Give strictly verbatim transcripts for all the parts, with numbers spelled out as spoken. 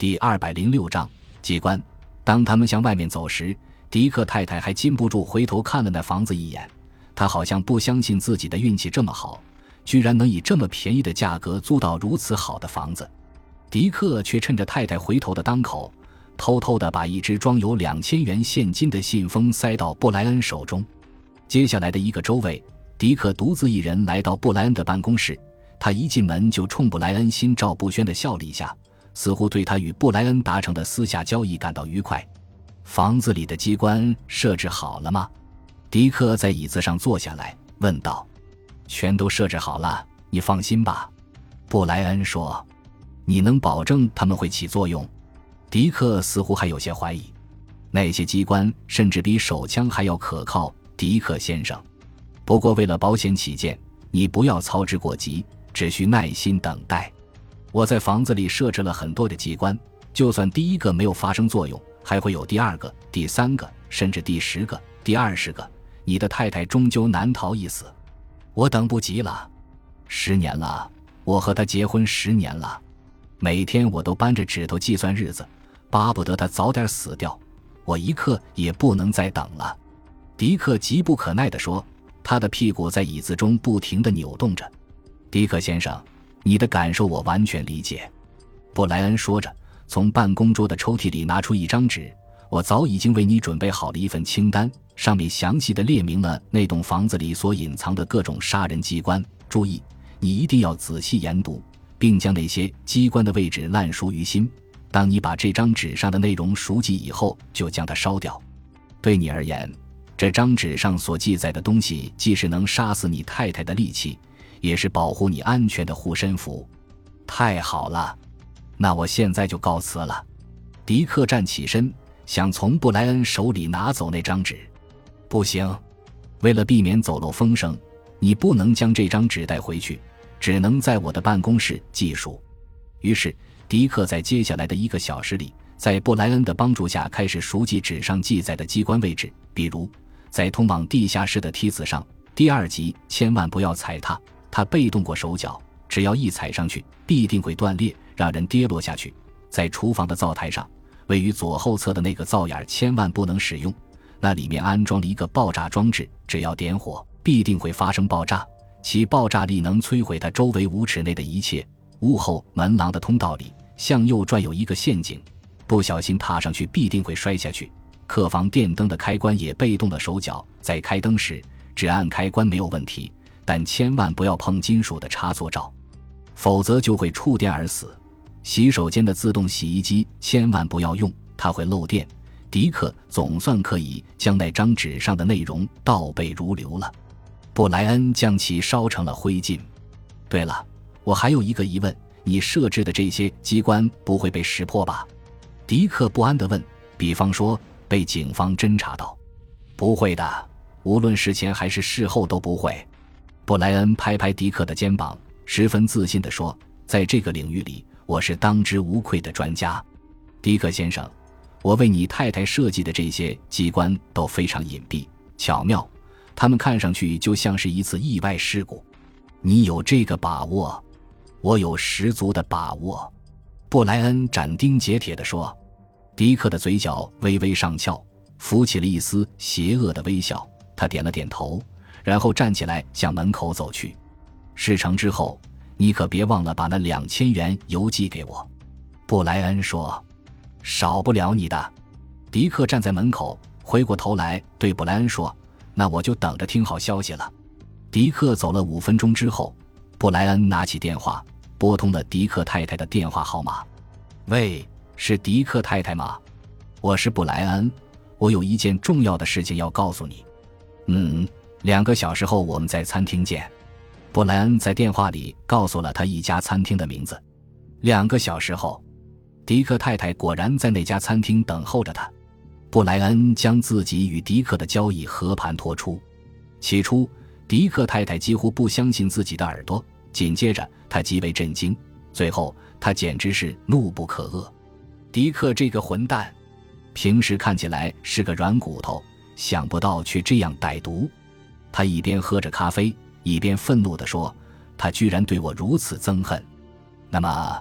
第二百零六章机关。当他们向外面走时，迪克太太还禁不住回头看了那房子一眼，她好像不相信自己的运气这么好，居然能以这么便宜的价格租到如此好的房子。迪克却趁着太太回头的当口，偷偷地把一只装有两千元现金的信封塞到布莱恩手中。接下来的一个周围，迪克独自一人来到布莱恩的办公室，他一进门就冲布莱恩心照不宣地笑了一下，似乎对他与布莱恩达成的私下交易感到愉快。房子里的机关设置好了吗？迪克在椅子上坐下来问道。全都设置好了，你放心吧。布莱恩说。你能保证他们会起作用？迪克似乎还有些怀疑。那些机关甚至比手枪还要可靠，迪克先生。不过为了保险起见，你不要操之过急，只需耐心等待。我在房子里设置了很多的机关，就算第一个没有发生作用，还会有第二个、第三个，甚至第十个、第二十个。你的太太终究难逃一死。我等不及了。十年了，我和她结婚十年了。每天我都扳着指头计算日子，巴不得她早点死掉。我一刻也不能再等了。迪克急不可耐地说，他的屁股在椅子中不停地扭动着。迪克先生，你的感受我完全理解。布莱恩说着，从办公桌的抽屉里拿出一张纸，我早已经为你准备好了一份清单，上面详细地列明了那栋房子里所隐藏的各种杀人机关。注意，你一定要仔细研读，并将那些机关的位置烂熟于心。当你把这张纸上的内容熟记以后，就将它烧掉。对你而言，这张纸上所记载的东西既是能杀死你太太的利器，也是保护你安全的护身符。太好了，那我现在就告辞了。迪克站起身，想从布莱恩手里拿走那张纸。不行，为了避免走漏风声，你不能将这张纸带回去，只能在我的办公室记述。于是迪克在接下来的一个小时里，在布莱恩的帮助下开始熟记纸上记载的机关位置，比如在通往地下室的梯子上，第二级千万不要踩它，它被动过手脚，只要一踩上去必定会断裂，让人跌落下去。在厨房的灶台上，位于左后侧的那个灶眼千万不能使用，那里面安装了一个爆炸装置，只要点火必定会发生爆炸，其爆炸力能摧毁它周围五尺内的一切。屋后门廊的通道里向右转有一个陷阱，不小心踏上去必定会摔下去。客房电灯的开关也被动了手脚，在开灯时只按开关没有问题，但千万不要碰金属的插座罩，否则就会触电而死。洗手间的自动洗衣机千万不要用，它会漏电。迪克总算可以将那张纸上的内容倒背如流了。布莱恩将其烧成了灰烬。对了，我还有一个疑问，你设置的这些机关不会被识破吧？迪克不安地问。比方说被警方侦查到？不会的，无论事前还是事后都不会。布莱恩拍拍迪克的肩膀，十分自信地说，在这个领域里我是当之无愧的专家。迪克先生，我为你太太设计的这些机关都非常隐蔽巧妙，它们看上去就像是一次意外事故。你有这个把握？我有十足的把握。布莱恩斩钉截铁地说。迪克的嘴角微微上翘，浮起了一丝邪恶的微笑，他点了点头，然后站起来向门口走去。事成之后，你可别忘了把那两千元邮寄给我。布莱恩说。少不了你的。迪克站在门口，回过头来对布莱恩说，那我就等着听好消息了。迪克走了五分钟之后，布莱恩拿起电话，拨通了迪克太太的电话号码。喂，是迪克太太吗？我是布莱恩，我有一件重要的事情要告诉你。嗯，两个小时后我们在餐厅见。布莱恩在电话里告诉了他一家餐厅的名字。两个小时后，迪克太太果然在那家餐厅等候着他。布莱恩将自己与迪克的交易和盘托出。起初迪克太太几乎不相信自己的耳朵，紧接着他极为震惊，最后他简直是怒不可遏。迪克这个混蛋，平时看起来是个软骨头，想不到却这样歹毒。他一边喝着咖啡，一边愤怒地说，他居然对我如此憎恨。那么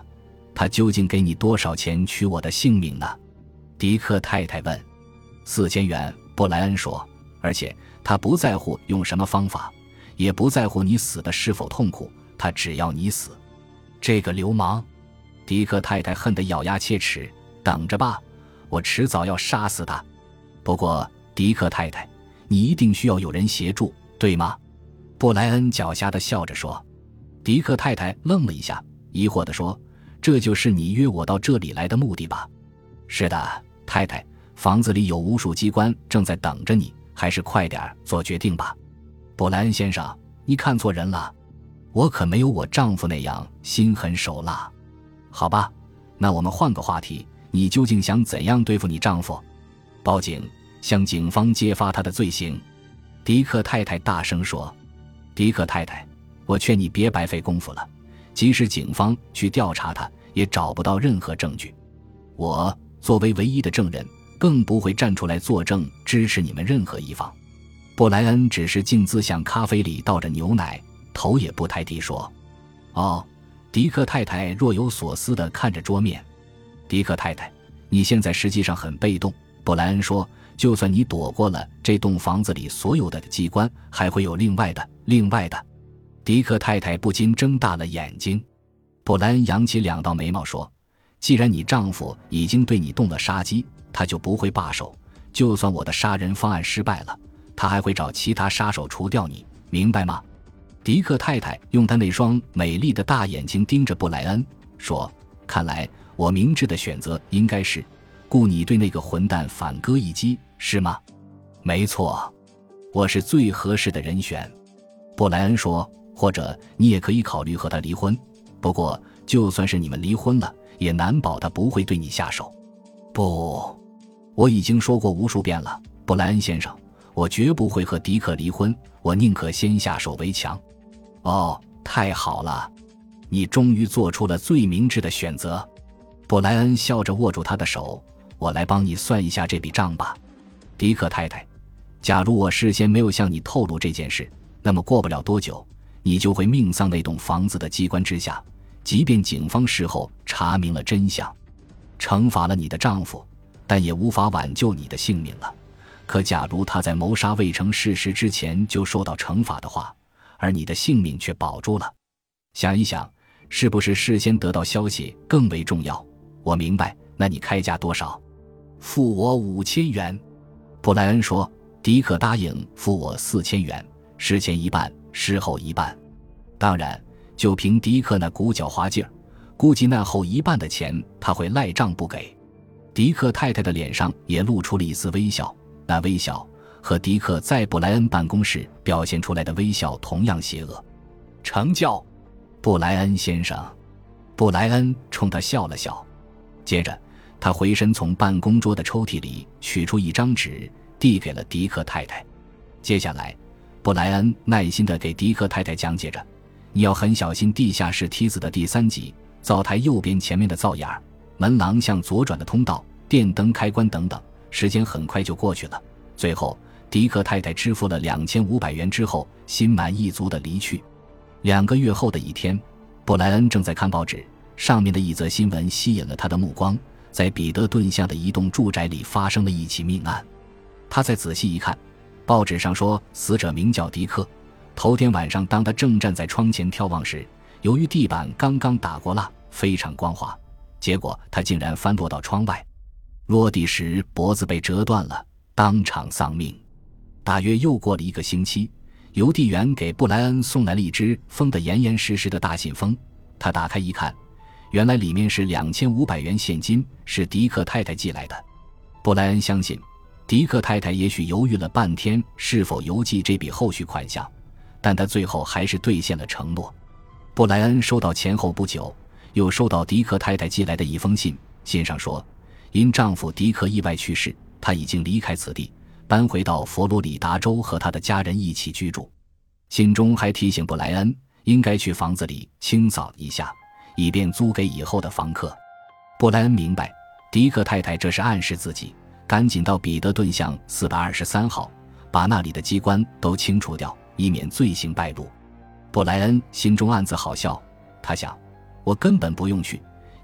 他究竟给你多少钱取我的性命呢？迪克太太问。四千元，布莱恩说，而且他不在乎用什么方法，也不在乎你死的是否痛苦，他只要你死。这个流氓！迪克太太恨得咬牙切齿，等着吧，我迟早要杀死他。不过，迪克太太，你一定需要有人协助，对吗？布莱恩狡黠地笑着说。迪克太太愣了一下，疑惑地说，这就是你约我到这里来的目的吧？是的，太太，房子里有无数机关正在等着你，还是快点做决定吧。布莱恩先生，你看错人了，我可没有我丈夫那样心狠手辣。好吧，那我们换个话题，你究竟想怎样对付你丈夫？报警，向警方揭发他的罪行。迪克太太大声说。迪克太太，我劝你别白费功夫了，即使警方去调查他，也找不到任何证据。我作为唯一的证人，更不会站出来作证支持你们任何一方。布莱恩只是径自向咖啡里倒着牛奶，头也不抬地说。哦，迪克太太若有所思地看着桌面。迪克太太，你现在实际上很被动，布莱恩说，就算你躲过了这栋房子里所有的机关，还会有另外的另外的。迪克太太不禁睁大了眼睛。布莱恩扬起两道眉毛说，既然你丈夫已经对你动了杀机，他就不会罢手，就算我的杀人方案失败了，他还会找其他杀手除掉你，明白吗？迪克太太用她那双美丽的大眼睛盯着布莱恩，说，看来我明智的选择应该是雇你对那个混蛋反戈一击，是吗？没错，我是最合适的人选。布莱恩说，或者你也可以考虑和他离婚，不过就算是你们离婚了，也难保他不会对你下手。不，我已经说过无数遍了，布莱恩先生，我绝不会和迪克离婚，我宁可先下手为强。哦，太好了，你终于做出了最明智的选择。布莱恩笑着握住他的手，我来帮你算一下这笔账吧。迪克太太，假如我事先没有向你透露这件事，那么过不了多久，你就会命丧那栋房子的机关之下，即便警方事后查明了真相，惩罚了你的丈夫，但也无法挽救你的性命了。可假如他在谋杀未成事实之前就受到惩罚的话，而你的性命却保住了，想一想，是不是事先得到消息更为重要？我明白，那你开价多少？付我五千元。布莱恩说。迪克答应付我四千元，事前一半，事后一半。当然，就凭迪克那股狡猾劲儿，估计那后一半的钱他会赖账不给。迪克太太的脸上也露出了一丝微笑，那微笑和迪克在布莱恩办公室表现出来的微笑同样邪恶。成交，布莱恩先生。布莱恩冲他笑了笑，接着他回身从办公桌的抽屉里取出一张纸，递给了迪克太太。接下来，布莱恩耐心地给迪克太太讲解着，你要很小心地下室梯子的第三级，灶台右边前面的灶眼，门廊向左转的通道，电灯开关等等。时间很快就过去了。最后，迪克太太支付了两千五百元之后，心满意足地离去。两个月后的一天，布莱恩正在看报纸，上面的一则新闻吸引了他的目光，在彼得顿巷的一栋住宅里发生了一起命案。他再仔细一看，报纸上说死者名叫迪克，头天晚上当他正站在窗前眺望时，由于地板刚刚打过蜡，非常光滑，结果他竟然翻落到窗外，落地时脖子被折断了，当场丧命。大约又过了一个星期，邮递员给布莱恩送来了一只封得严严实实的大信封，他打开一看，原来里面是两千五百元现金，是迪克太太寄来的。布莱恩相信迪克太太也许犹豫了半天是否邮寄这笔后续款项，但他最后还是兑现了承诺。布莱恩收到钱后不久，又收到迪克太太寄来的一封信，信上说因丈夫迪克意外去世，她已经离开此地，搬回到佛罗里达州和她的家人一起居住。信中还提醒布莱恩应该去房子里清扫一下，以便租给以后的房客。布莱恩明白迪克太太这是暗示自己赶紧到彼得顿巷四百二十三号，把那里的机关都清除掉，以免罪行败露。布莱恩心中暗自好笑，他想，我根本不用去，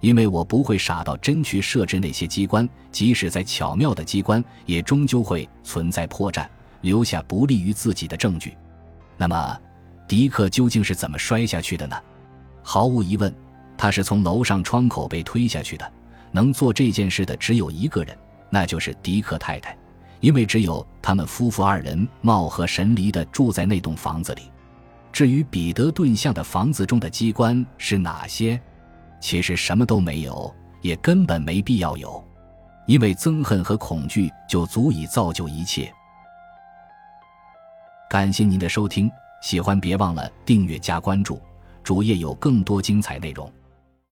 因为我不会傻到真去设置那些机关，即使再巧妙的机关，也终究会存在破绽，留下不利于自己的证据。那么迪克究竟是怎么摔下去的呢？毫无疑问，他是从楼上窗口被推下去的。能做这件事的只有一个人，那就是迪克太太，因为只有他们夫妇二人貌合神离地住在那栋房子里。至于彼得顿像的房子中的机关是哪些，其实什么都没有，也根本没必要有，因为憎恨和恐惧就足以造就一切。感谢您的收听，喜欢别忘了订阅加关注，主页有更多精彩内容。